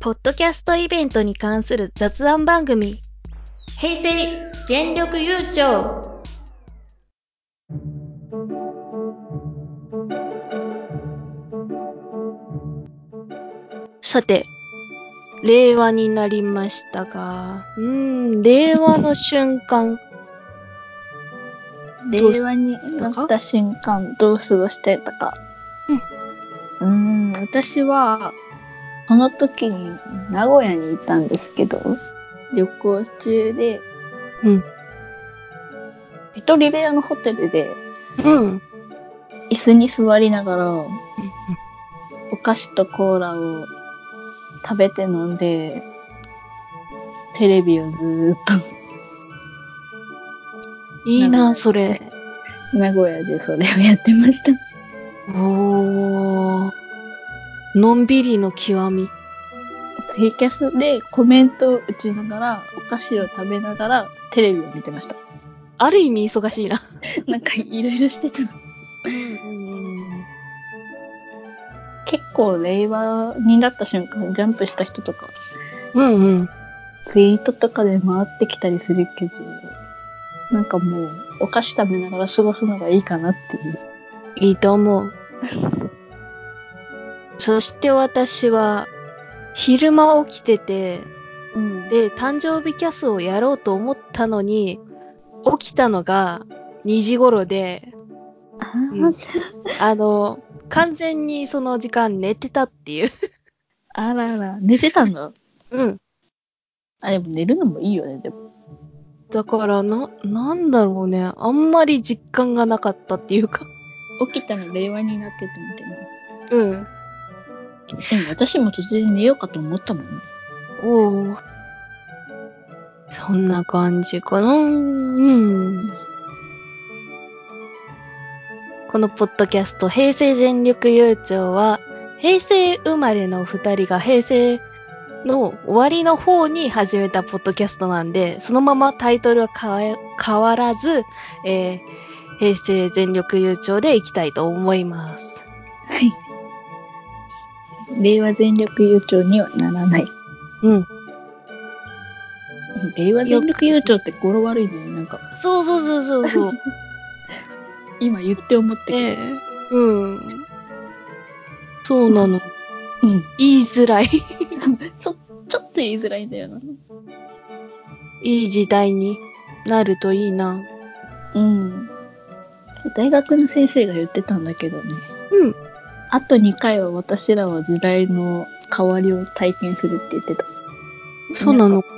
ポッドキャストイベントに関する雑談番組、平成全力優勝。さて、令和になりましたが、令和の瞬間。 令和になった瞬間、どう過ごしてたか。私は、その時に名古屋にいたんですけど、旅行中で、一人部屋のホテルで、椅子に座りながら、お菓子とコーラを食べて飲んで、テレビをずーっと。 いいな、それ。 名古屋でそれをやってました。 おー。のんびりの極み。 ツイキャスでコメントを打ちながら、お菓子を食べながら、テレビを見てました。 ある意味忙しいな。 なんかいろいろしてた。結構令和になった瞬間ジャンプした人とか、ツイートとかで回ってきたりするけど、なんかもうお菓子食べながら過ごすのがいいかなっていう。 いいと思う。そして私は昼間起きてて、で、誕生日キャスをやろうと思ったのに、起きたのが2時頃で、完全にその時間寝てたっていう。 あらら、寝てたんだ。でも寝るのもいいよね、でも。 だからなんだろうね。あんまり実感がなかったっていうか。 起きたら令和になっててみたいな。でも私も突然寝ようかと思ったもんね。 おー。そんな感じかな。このポッドキャスト、平成全力優勝は、平成生まれの二人が平成の終わりの方に始めたポッドキャストなんで、そのままタイトルは変わらず、平成全力優勝でいきたいと思います。 はい。令和全力優勝にはならない。令和全力優勝って語呂悪いね、なんか。 そう。 今言って思ってけど。 そうなの。言いづらい。 ちょっと言いづらいんだよな。 いい時代になるといいな。 大学の先生が言ってたんだけどね。あと2回は私らは時代の変わりを体験するって言ってた。 そうなの。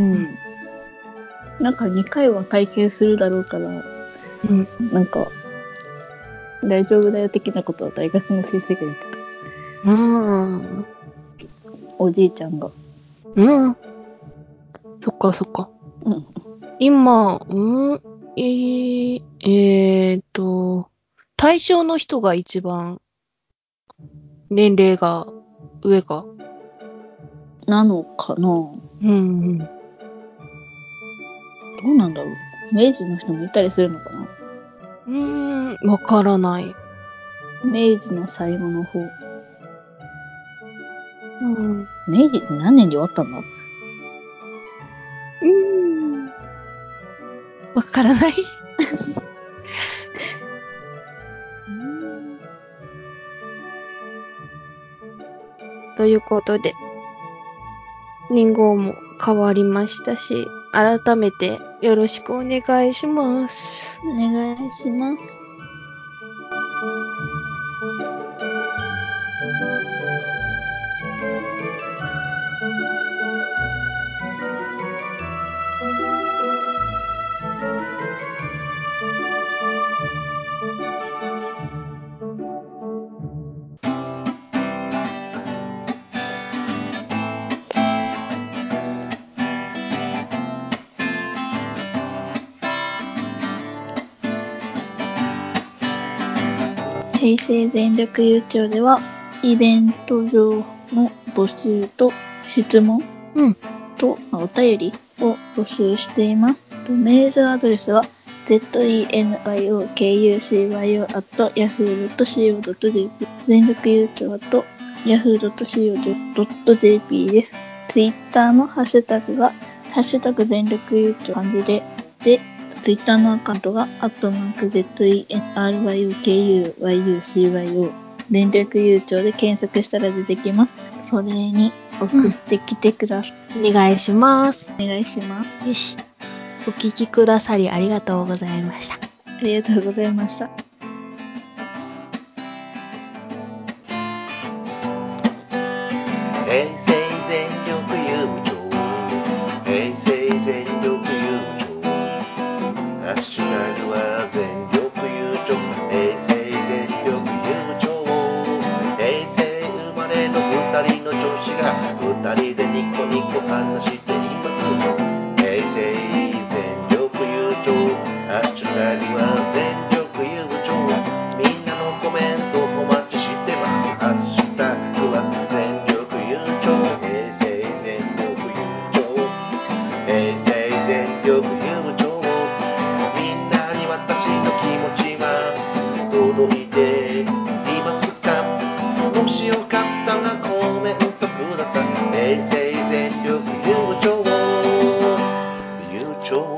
なんか2回は体験するだろうから、なんか、大丈夫だよ的なことは大学の先生が言ってた。おじいちゃんが。 そっか。今、対象の人が一番年齢が上かなのかな。どうなんだろう。明治の人もいたりするのかな。 わからない。 明治の最後の方。明治何年に終わったんだ。 わからない。ということで、年号も変わりましたし、改めてよろしくお願いします。 お願いします。平成全力優勝では、イベント上の募集と質問、とお便りを募集しています。メールアドレスは zenyokucyo@yahoo.co.jp 全力優勝 yahoo.co.jp です。Twitter のハッシュタグがハッシュタグ全力優勝漢字で、Twitter のアカウントが@ZENRYUKUYUCYO 全力優勝で検索したら出てきます。それに送ってきてください。 お願いします。 お願いします。 よし。お聞きくださりありがとうございました。 ありがとうございました。 平成全力優勝、平成全力優勝、ハッシュタグは全力優勝、平成全力優勝、平成生まれの二人の女子が二人でニコニコ話しています。平成全力優勝、ハッシュタグは全力優勝、みんなのコメントお待ちしてます。ハッシュタグは全力優勝、平成全力優勝、平成全力優勝、みんなに私の気持ちは届いていますか？もしよかったらコメントください。平成全力優勝、優勝